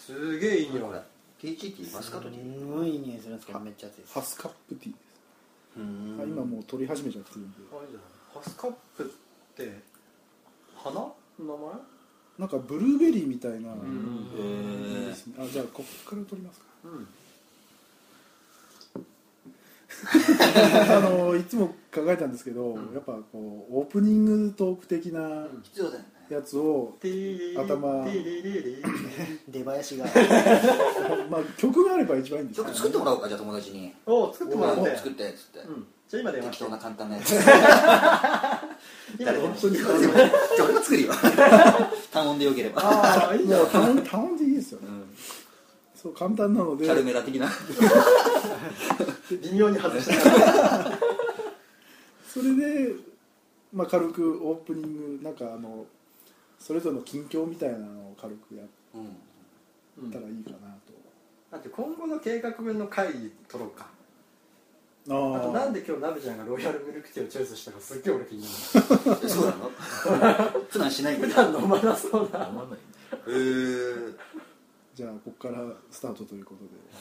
すげえいい匂い。 これピーチティー、マスカットティー。 すごいいい匂いするんですけどめっちゃ熱いです。 ハスカップティーです。今もう取り始めちゃってるんで。 あれじゃないハスカップって花の名前？ なんかブルーベリーみたいな、 ですあ、じゃあこっから取りますか。いつも考えたんですけど、やっぱこうオープニングトーク的な必要だよね。 やつを頭出囃子がまあ曲があれば一番いいんですよ、 曲作ってもらおうか、じゃあ友達に。 お作ってもらって。 作ってっつって。 じゃあ今電話適当な簡単なやつ。 今電話本当にじゃあ俺が作るよ。単音でよければ。 ああいいじゃん。 単音でいいですよね、そう簡単なのでキャルメラ的な。 微妙に外したそれで、まあ、軽くオープニングなんかそれぞれの近況みたいなのを軽くやったらいいかなと、 だって今後の計画分の会議取ろうか。あとなんで今日ナベちゃんがロイヤルミルクティーをチョイスしたかすっげえ俺気になる。 そうなの？普段しないんだ。 普段飲まなそうな。 飲まない。 じゃあここからスタートということ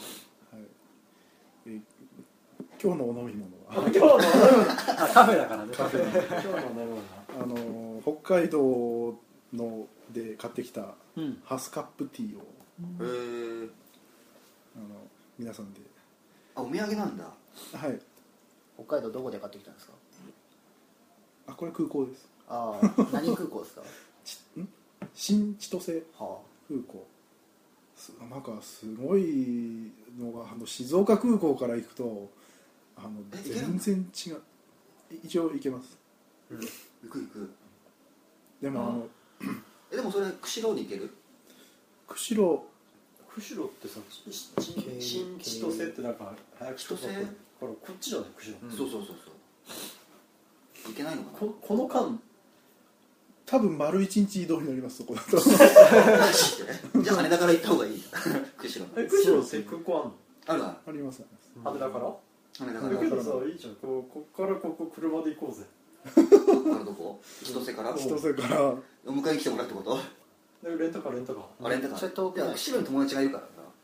で、はい、今日のお飲み物は今日の飲み物カフェだからね。カフェ。今日の飲み物北海道ので買ってきたハスカップティーを、皆さんで。 あ、お土産なんだ。 はい。 北海道どこで買ってきたんですか？ あ、これ空港です。 ああ、何空港ですか？ 新千歳は空港。なんかすごいのが静岡空港から行くと全然違う。一応行けます。 行く。 でもでもそれ釧路に行ける？ 釧路ってさ、新千歳ってなんか早く千歳？ こっちじゃない釧路。 そう。行けないのかな。 この間多分丸一日移動になります。そこだと。 じゃあ羽田から行った方がいい。釧路。 釧路って空港あんの？ ある。 あります。 羽田から？ 羽田だけどさ、いいじゃん。こっからここ車で行こうぜ。 からどこ？千歳から？ 千歳からお迎えに来てもらうってこと？ レンタカー。 あ、レンタカー。 それ遠くない？ 釧路に友達がいる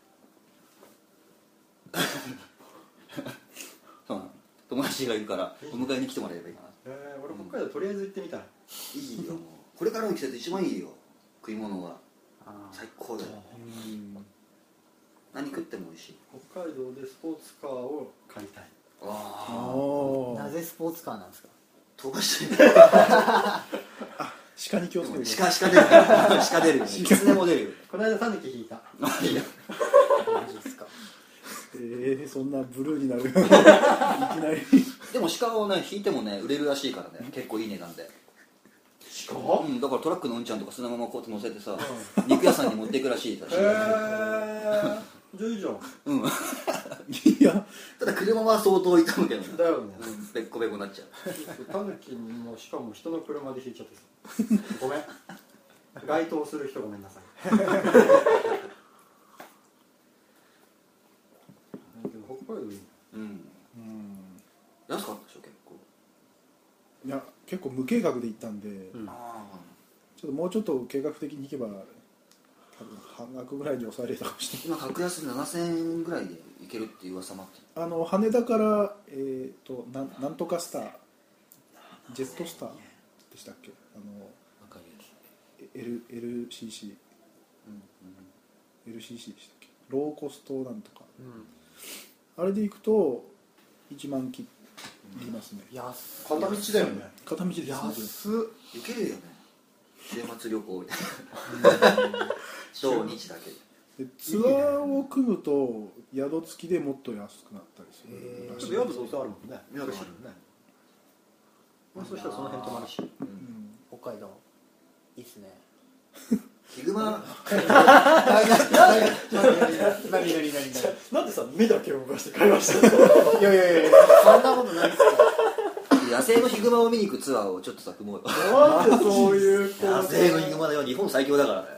からな。そうなの。友達がいるからお迎えに来てもらえばいいかな。 俺北海道とりあえず行ってみたい。 いいよ。これからの季節一番いいよ。食い物は最高だよ。何食っても美味しい。 北海道でスポーツカーを買いたい。 なぜスポーツカーなんですか？ 飛ばしてる。 鹿に気をつけて。 鹿出るよ。いつでも出るよ。 この間タヌキ引いた。 いいよ。 マジですか？ そんなブルーになる。いきなり。 でも鹿をね引いてもね売れるらしいからね。結構いい値段で。 鹿？ だからトラックのうんちゃんとかそのままこうやって乗せてさ、肉屋さんに持っていくらしい。 じゃあいいじゃん。 いや、 ただ車は相当痛むけどね。 だよね。 べっこべこになっちゃう。 タヌキもしかも人の車で引いちゃってさ。ごめん。該当する人ごめんなさい。北海道いい。 安かったでしょ結構。 いや結構無計画で行ったんで、ちょっともうちょっと計画的に行けば多分半額ぐらいに抑えれたかもしれない。 今格安で7000円ぐらいで行けるっていう噂もあって。 羽田からなんとかスタージェットスターでしたっけLCC LCC でしたっけローコストなんとか、あれで行くと1万切りますね。 片道だよね。 片道です。 安っ。 行けるよね。週末旅行みたいな。土日だけで。 ツアーを組むと宿付きでもっと安くなったりするらしい。 宿どうせあるもんね。 宿あるね。 そしたらその辺泊まるし。 北海道いいっすね。 ヒグマ何なんでさ目だけを動かして会話してるの？ いやそんなことないっすよ。 野生のヒグマを見に行くツアーをちょっとさ組もうよ。 なんでそういう野生のヒグマだよ。日本最強だからね。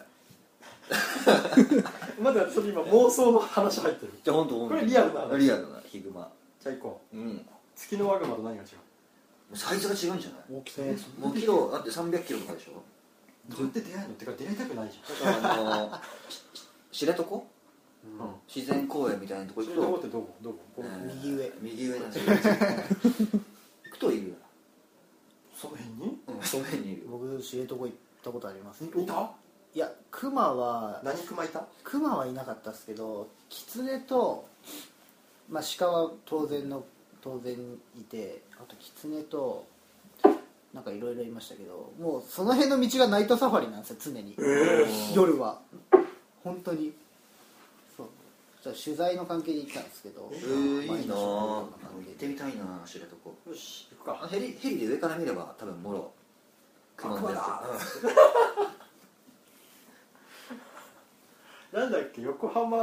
まだそれ今妄想の話入ってる。 じゃあ本当これリアルな話。 リアルなヒグマ。 じゃあ行こう。 うん。 月のワグマと何が違う？ サイズが違うんじゃない？ 大きさもうキロだって300キロとかでしょ。 どうやって出会いのってか出会いたくないじゃん。 だから知床、 うん自然公園みたいなとこ知行くと床ってどこ右上右上なんですよ行くといるよ、 その辺にその辺にいる。 僕知床行ったことあります。 いたいや熊はいなかったですけど、キツネと、まあ、鹿は当然いて、あとキツネとなんかいろいろいましたけど、もうその辺の道がナイトサファリなんですよ常に、夜は本当にそう。じゃあ取材の関係で行ったんですけど、 いいなぁ、 行行ってみたいなぁ、知床。 よし行くか。 ヘリで上から見れば多分もろ熊のやなんだっけ、横浜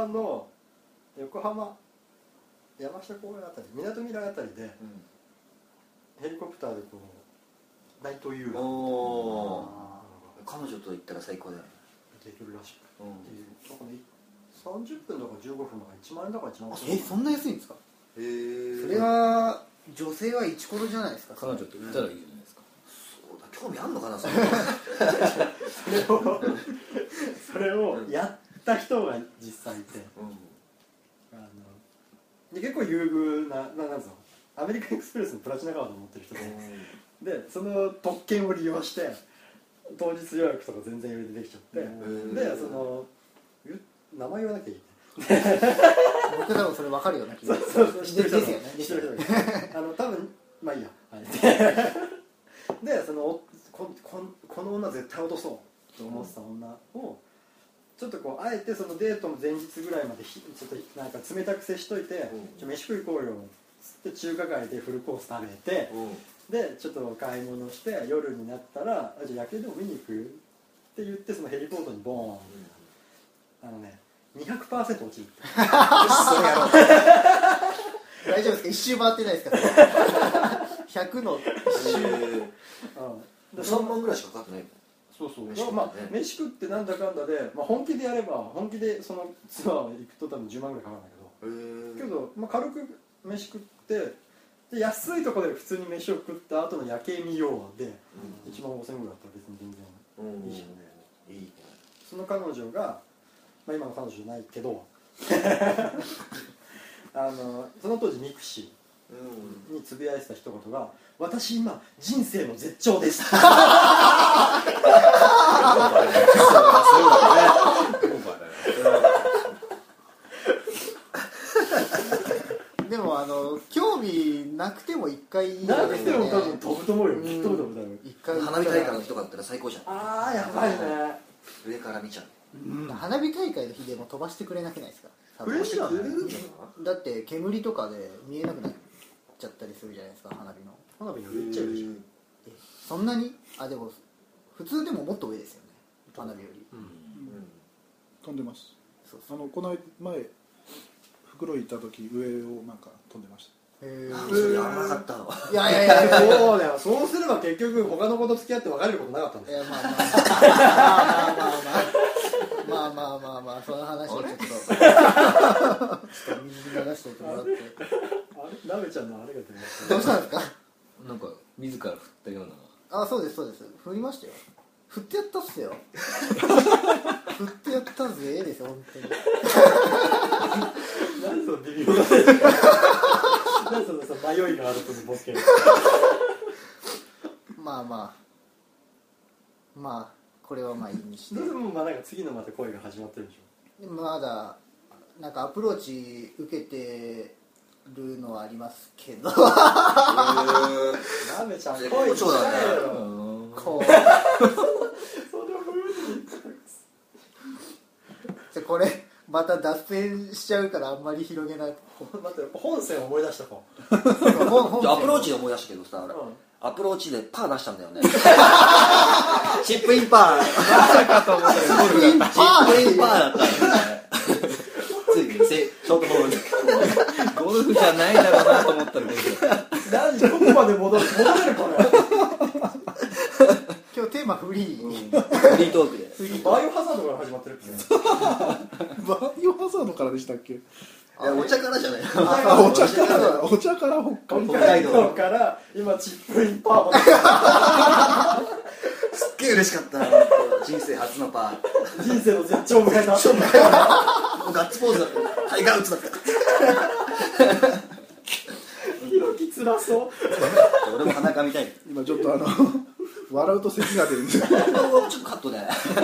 山下公園あたり、みなとみらいあたりでつ、 ヘリコプターでこうナイト遊うん、 覧おー、彼女と行ったら最高だよね。 できるらしくて、 うんなんかね、30分とか15分とか1万円だから1万そんな安いんですか。 へー、 それは女性はイチコロじゃないですか。 彼女と行ったらいいじゃないですか。 そうだ、興味あんのかなそれそれをやった人が実際いて、で結構優遇なんぞアメリカンエクスプレスのプラチナカードを持ってる人で、その特権を利用して当日予約とか全然余裕でできちゃって、でその名前言わなきゃいい僕多分それ分かるような気がすそうる。 知ってる人ですよね。 知ってる人多分まあいいや、はい、でそのこの女絶対落とそうと思ってた女をちょっとこうあえてそのデートの前日ぐらいまでちょっとなんか冷たく接しといて、飯食い行こうよつって中華街でフルコース食べて、でちょっと買い物して夜になったらじゃあ夜景でも見に行くって言ってそのヘリポートにボーン、200% 落ちるってそれやろう大丈夫ですか。一周回ってないですか。100の一周。 で 3万ぐらいしかかかってない。 そうそう、 飯食ってねまあ飯食ってなんだかんだで、まあ、本気でやれば本気でそのツアー行くと多分10万ぐらいかかるんだけど、まあ、軽く飯食ってで安いところで普通に飯を食った後の夜景見ようで、1万5000円ぐらいだったら別に全然いいじゃんね、 いいね。 その彼女が、まあ、今の彼女じゃないけどその当時ミクシーにつぶやいてた一言が「私今人生の絶頂です」 でも興味なくても一回なくても多分飛ぶと思うよ、きっと飛ぶと思うよ。 一回花火大会の日とかだったら最高じゃん。 ああやばいね。 上から見ちゃう。 花火大会の日でも飛ばしてくれなくないですか。多分嬉しいよね。 だって煙とかで見えなくなっちゃったりするじゃないですか、花火の。 花火の上行っちゃうでしょ。 そんなにでも普通でももっと上ですよね、花火より。 飛んでます。 そうそう。 この前袋行った時上をなんか飛んでました。 それやらなかったの。 いやそうだよ。そうすれば結局他の子と付き合って別れることなかったんだよ。 まあその話をちょっと水に流しておいてもらって。 あれなべちゃんのあれが出ました。 どうしたんですか。 なんか自ら振ったような。 そうです振りましたよ。振ってやったっすよ。振ってやったぜですよ本当に。 何その微妙な何そのさ迷いがあるとのボケ。 まあこれはまあいいにして。 でもまあなんか次のまた恋が始まってるでしょ。 でもまだなんかアプローチ受けてるのはありますけど。 なべちゃん恋好調だね。 こうじゃこれまた脱線しちゃうからあんまり広げない。 待って本線思い出したか。 アプローチで思い出したけどさ、アプローチでパー出したんだよね。チップインパー。まさかと思ったけどチップインパーだったんだよね。ついにショートホールでゴルフじゃないだろうなと思ったら何どこまで戻れるかね。 今日テーマフリー。 フリートークで。 バイオハザードから始まってるっけ。 バイオハザードからでしたっけ。 お茶からじゃない。 お茶から北海道から今チップインパーますっげえ嬉しかった。人生初のパー。 で人生の絶頂を迎えた。 ポーズだったタイガー・ウッズだったひろきつらそう俺も鼻かみたい今ちょっと笑うと咳が出るんですよちょっとカットで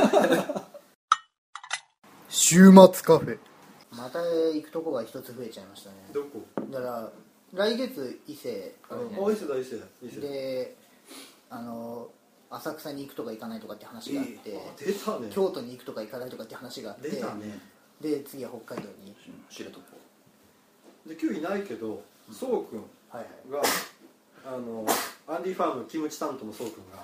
週末カフェまた行くとこが一つ増えちゃいましたね。 どこ？ だから来月伊勢伊勢だ伊勢で浅草に行くとか行かないとかって話があって、 出たね。 京都に行くとか行かないとかって話があって出たね。 で次は北海道に知床で今日いないけどそうくんはいはいがアンディファームキムチ担当のそうくんが、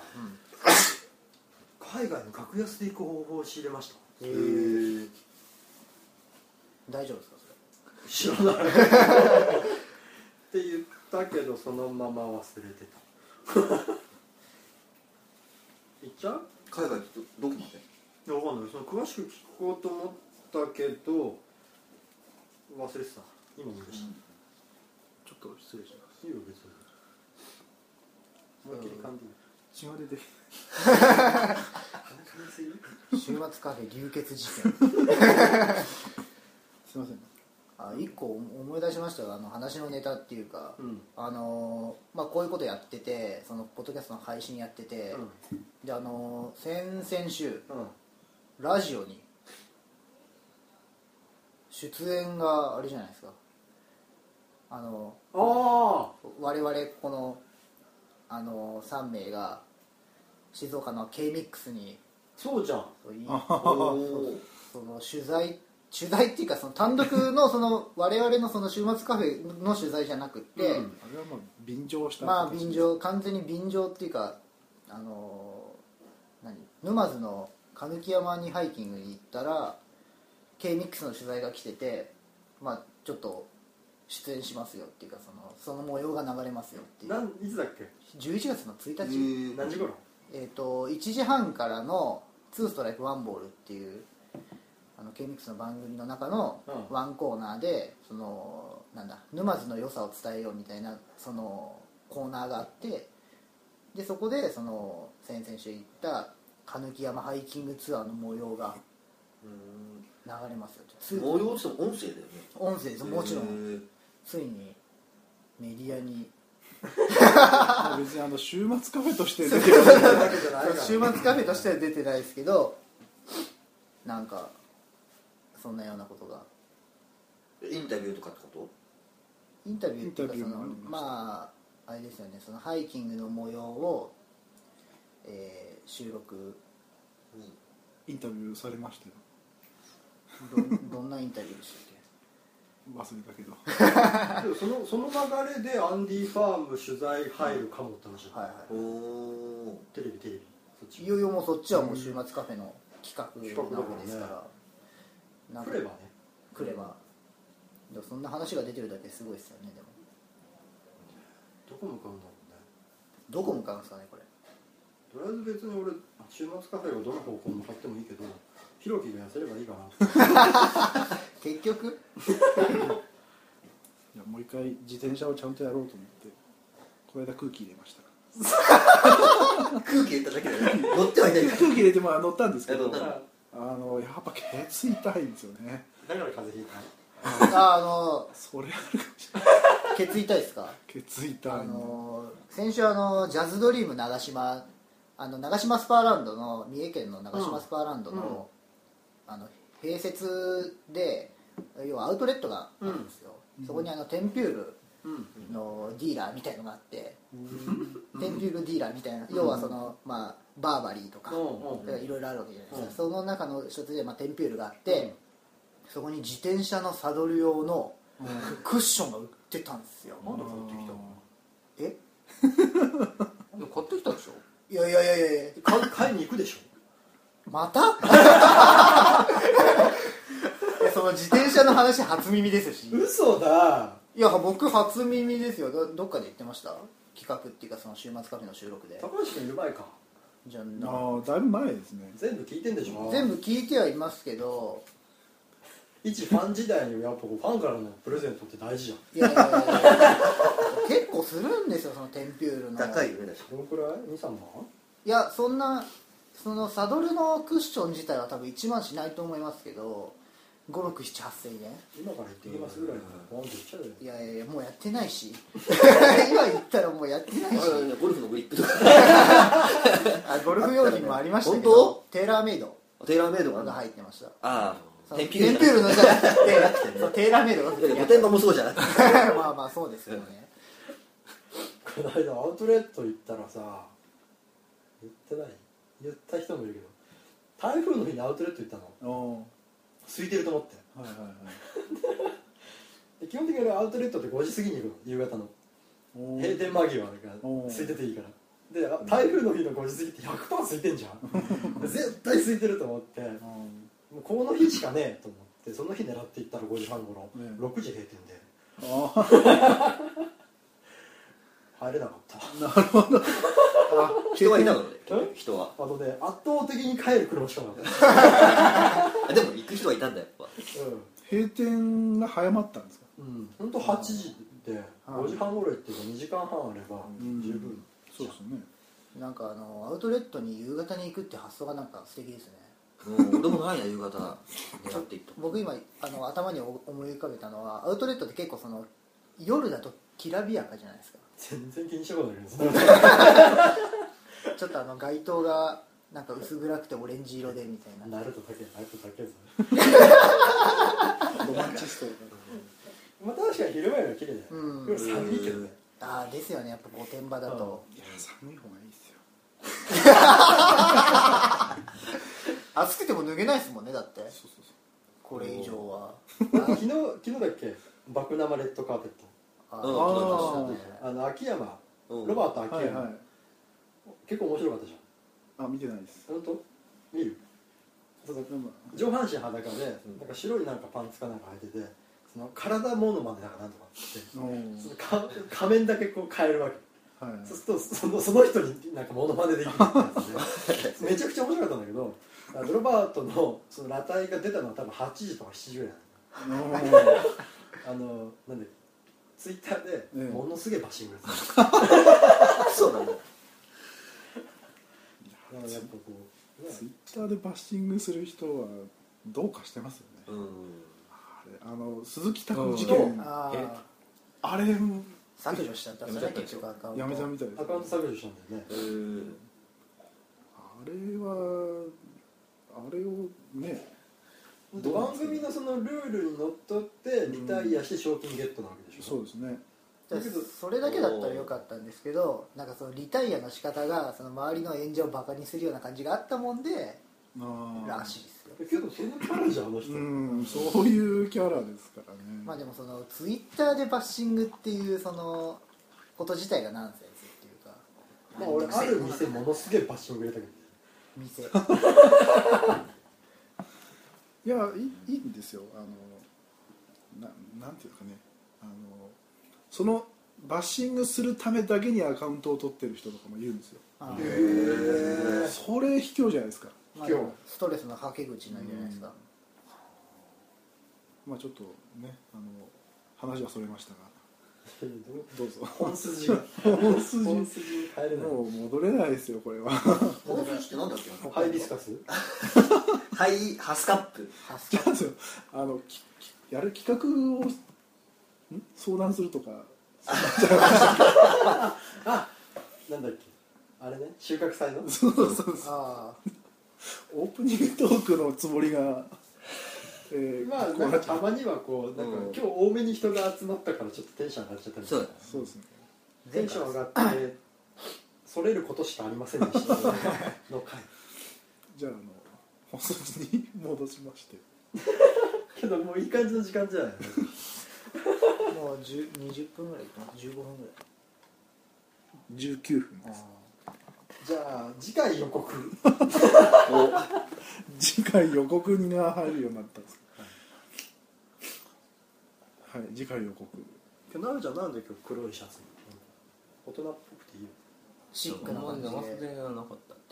海外の格安で行く方法を仕入れました。 へえ大丈夫ですか知らないって言ったけどそのまま忘れてた行っちゃう？ 海外ってどこまで？ いやわかんない。その詳しく聞こうと思ったけど忘れてた。今思い出した、 ちょっと失礼しますいいよ別に思いっきり噛んでいい血が出て鼻かみすぎ週末カフェ流血事件すいません一個思い出しましたよ。話のネタっていうか、まあ、こういうことやっててそのポッドキャストの配信やってて、で先々週、ラジオに出演があれじゃないですか。我々この3名が静岡の K-MIX にそうじゃん。 その取材っていうかその単独のその我々のその週末カフェの取材じゃなくって、 あれはもう便乗したまあ完全に便乗っていうか沼津の狸山にハイキングに行ったら K-MIX の取材が来てて、まあちょっと出演しますよっていうかその模様が流れますよっていう。 いつだっけ 11月の1日、 何時頃 1時半からの2ストライク1ボールっていうK-MIX の番組の中のワンコーナーで沼津の良さを伝えようみたいなそのコーナーがあって、でそこでその先々週行った狸山ハイキングツアーの模様が流れますよって。 模様って音声だよね。 音声です。もちろんついにメディアに別に週末カフェとして出てるわけじゃないから週末カフェとしては出てないですけど、なんかそんなようなことがインタビューとかってこと？ インタビューっていうかインタビューもありました。 まああれですよね、そのハイキングの模様を、収録インタビューされましたよどんなインタビューでしたっけ？ 忘れたけどでもその流れでアンディファーム取材入るかもって話。 はいはい。 テレビそっちいよいよもうそっちはもう週末カフェの企画なわけですから、なんか来ればね。 来ればでもそんな話が出てるだけすごいですよね。でもどこ向かうんだろうね。 どこ向かうんですかねこれ。 とりあえず別に俺週末カフェがどの方向に向かってもいいけど、ひろきが痩せればいいかな結局いやもう一回自転車をちゃんとやろうと思ってこの間空気入れました空気入れただけで乗ってはいないから空気入れて乗ったんですけど乗ったやっぱケツ痛いんですよね。 だから風邪ひいた。 それあるかもしれない。 ケツ痛いですか？ ケツ痛い、 先週ジャズドリーム長島長島スパーランドの三重県の長島スパーランドの、併設で要はアウトレットがあるんですよ、そこにテンピュールのディーラーみたいのがあって、テンピュールディーラーみたいな、要はバーバリーとかいろいろあるわけじゃないですか、その中の一つで、テンピュールがあって、そこに自転車のサドル用のクッションが売ってたんですよ。 なんで買ってきたの？ え？ でも買ってきたでしょ？ いや買いに行くでしょ。 またその自転車の話初耳ですし。 嘘だ。 いや僕初耳ですよ。どっかで言ってました？企画っていうかその週末カフェの収録で。 高橋君いる前か。 じゃあだいぶ前ですね。 全部聞いてんでしょ。 全部聞いてはいますけど、 一ファン時代にやっぱファンからのプレゼントって大事じいゃん。 や結構するんですよそのテンピュールの。 高いよねだし。 どのくらい？2、3万？ いやそのサドルのクッション自体は多分1万しないと思いますけど、 5、6、7、8,000円。 今から行ってきますぐらいのボンと言っちゃうよ。 いやいやもうやってないし今言ったらもうやってないしゴルフのグリップとかゴルフ用品もありましたけ本どテーラーメイドテーラーメイドがが入ってました。 ああテンピュールのじゃなくてそうテーラーメイドが御殿場もそうじゃないまあまあそうですよね。 この間アウトレット行ったらさ、言ってない、言った人もいるけど、台風の日にアウトレット行ったの。 お空いてると思って。 はいはいはいで基本的にアウトレットって5時過ぎに行くの、夕方のお閉店間際が空いてていいから。で台風の日の5時過ぎって 100% 空いてんじゃん絶対空いてると思って、もうこの日しかねえと思ってその日狙って行ったら5時半ごろ、6時閉店で入れなかった。 なるほど。 人はいたのね人はあとね圧倒的に帰る車しかなかったでも行く人はいたんだやっぱ閉店が早まったんですか。 本当8時で5時半ごろ行って2時間半あれば十分。 そうですね。 なんかアウトレットに夕方に行くって発想がなんか素敵ですね。 俺もないな夕方狙っていくと。 僕今頭に思い浮かべたのはアウトレットって結構夜だときらびやかじゃないですか。 全然気にしたことないけどちょっと街灯がなんか薄暗くてオレンジ色でみたいな。 ナルトだけぞロマンチストだかまあ確かに昼間よりは綺麗だよ、夜寒いけどね。 ああですよね、やっぱ御殿場だと。 ら。いや寒い方がいいですよ。 暑くても脱げないですもんねだって。 そうそうそう。 これ以上は。 昨日だっけバクナマレッドカーペット秋山ロバート秋山、 はいはい。 結構面白かったじゃん。 見てないです。 本当？見る？上半身裸でなんか白いなんかパンツかなんか履いててその体モノマネだかなんとかってその仮面だけこう変えるわけ、はいはい、そうするとその人になんかモノマネできるってやつでめちゃくちゃ面白かったんだけどロバートのその裸体が出たのは多分8時とか7時ぐらいなんだなんでツイッターでものすげえバッシングです、 そうなんだ。 やっぱこうツイッターでバッシングする人はどうかしてますよね。鈴木拓事件、あれ削除しちゃったんですね結局アカウント。 やめたみたいです。 アカウント削除したんだよね。 あれをね番組のそのルールにのっとってリタイアして賞金ゲットなわけでしょ。 そうですね。 だけどそれだけだったらよかったんですけど、なんかそのリタイアの仕方がその周りの演者をバカにするような感じがあったもんでらしいですよ。 けどそのキャラじゃんあの人。 そういうキャラですからね。 まあでもそのツイッターでバッシングっていうそのこと自体がナンセンスっていうか。 まあ俺ある店ものすげえバッシング入れたけど店いやいいんですよ。なんていうかね、そのバッシングするためだけにアカウントを取ってる人とかもいるんですよ。それ卑怯じゃないですか。 まあ、ストレスのはけ口なんじゃないですか。 まあちょっとね話はそれましたがどうぞ。 本筋に変えれない。 もう戻れないですよこれは。 本筋ってなんだっけ？ ハイビスカス？ ハスカップ。 やる企画を相談するとか。 なんだっけあれね、収穫祭の。 そうオープニングトークのつもりが。 まあなんかたまにはこうなんか今日多めに人が集まったからちょっとテンション上がっちゃったり。 そうですね。 テンション上がってそれることしかありませんでしたの回。 じゃあ放送に戻しまして。 けどもういい感じの時間じゃない。 もう20分ぐらいいってます。15分ぐらい。 19分です。 じゃあ次回予告。 次回予告が入るようになったんですか。はい、次回予告。 なるちゃんなんで今日黒いシャツ？大人っぽくていいよ。 シックな感じで。 なかったっていう。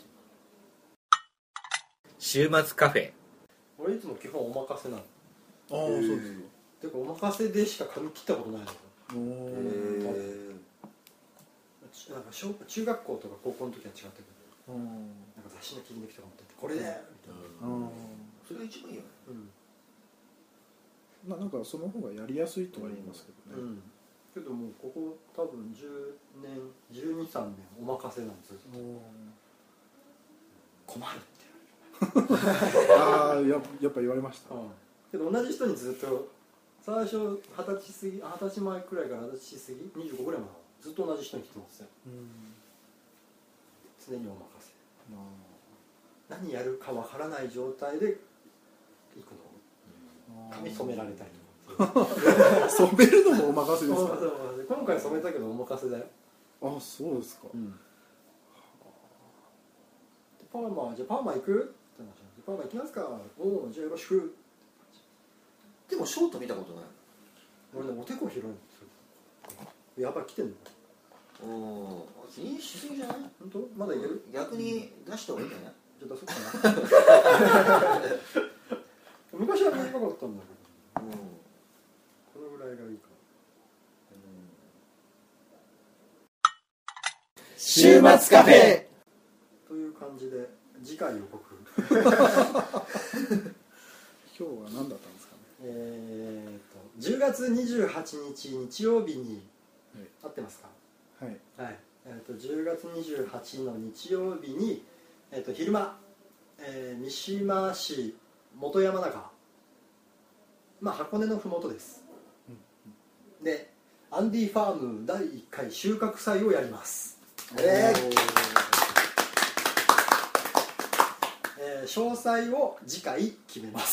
週末カフェ。 俺いつも基本お任せなの。 そうですよ。 てかお任せでしか髪切ったことないの。なんか中学校とか高校の時は違ったけど、なんか雑誌の切り抜きとか持ってってこれでみたいな。 それが一番いいよね。 なんかその方がやりやすいとは言いますけどね、 けどもうここ多分10年12、3年お任せなんですよ。困るってああやっぱ言われました、 けど同じ人にずっと最初20歳前くらいから20歳過ぎ25ぐらいまでずっと同じ人に来てますよ。常にお任せ。何やるかわからない状態で行くの。髪染められたりとか染めるのもお任せですか？ 今回染めたけどお任せだよ。 あ、そうですか、 パーマじゃあパーマ行く？パーマ行きますか？おお、じゃあよろしく。 でもショート見たことない。 俺ね、おでこ広いんですよ。やばい、来てんの？ おお、いいしすぎじゃない？ 本当？まだいける？ 逆に出した方がいいんじゃない？ じゃあ出そうかな。昔は短かったんだけど、このぐらいがいいか。 週末カフェという感じで次回予告。 今日は何だったんですかね。 10月28日日曜日に、合ってますか？ はい。 はい。10月28の日曜日に、昼間、三島市本山中、箱根のふもとです。で、アンディファーム第1回収穫祭をやります。詳細を次回決めます。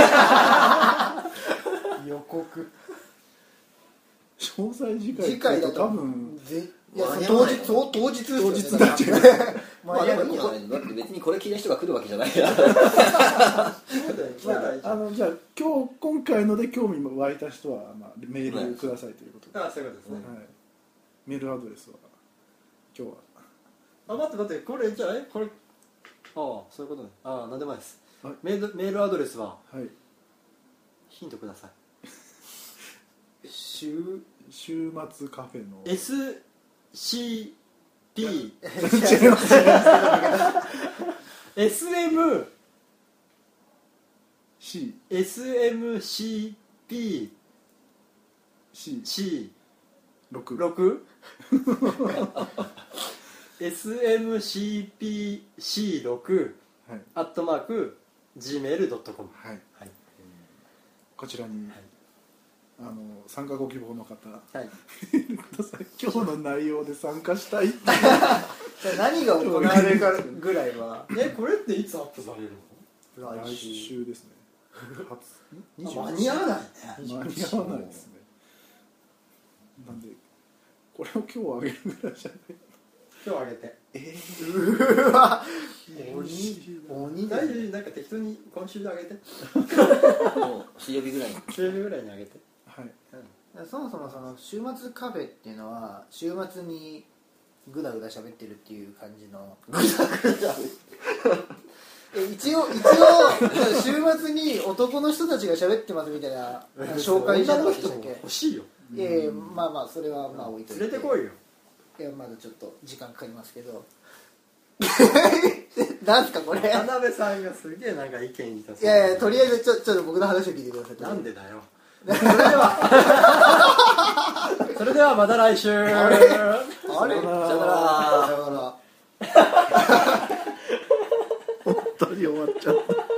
予告。 詳細次回だと多分いや当日になっちゃう。 まあでもいいんじゃないの？だって別にこれ聞いた人が来るわけじゃないから。 じゃあ今回ので興味湧いた人は、メールくださいということで。 そういうことですね。 メールアドレスは今日は。 待ってこれじゃあこれそういうことね。なんでもないです。メールアドレスは、ヒントください。 週末カフェの SCP SMCP C6 SMCPC6 @gmail.com。 こちらに、参加ご希望の方、今日の内容で参加したいって何が行われるかぐらいはこれっていつアップされるの？ 来週ですね。 間に合わないね。 間に合わないですね。なんでこれを今日あげるぐらいじゃない。 今日あげて。 うわ鬼大丈夫。なんか適当に今週であげて。 水曜日ぐらいにあげて。 そもそもその週末カフェっていうのは週末にグダグダ喋ってるっていう感じの一応週末に男の人たちが喋ってますみたいな紹介じゃなかったっけ？ 欲しいよ。 それは置いといて連れてこいよ。 いやまだちょっと時間かかりますけどなんすかこれ。 田辺さんがすげえなんか意見言いたそう。 いやとりあえずちょっと僕の話を聞いてください。 なんでだよ。それではまた来週。 あれさよなら。 さよなら。 本当に終わっちゃった。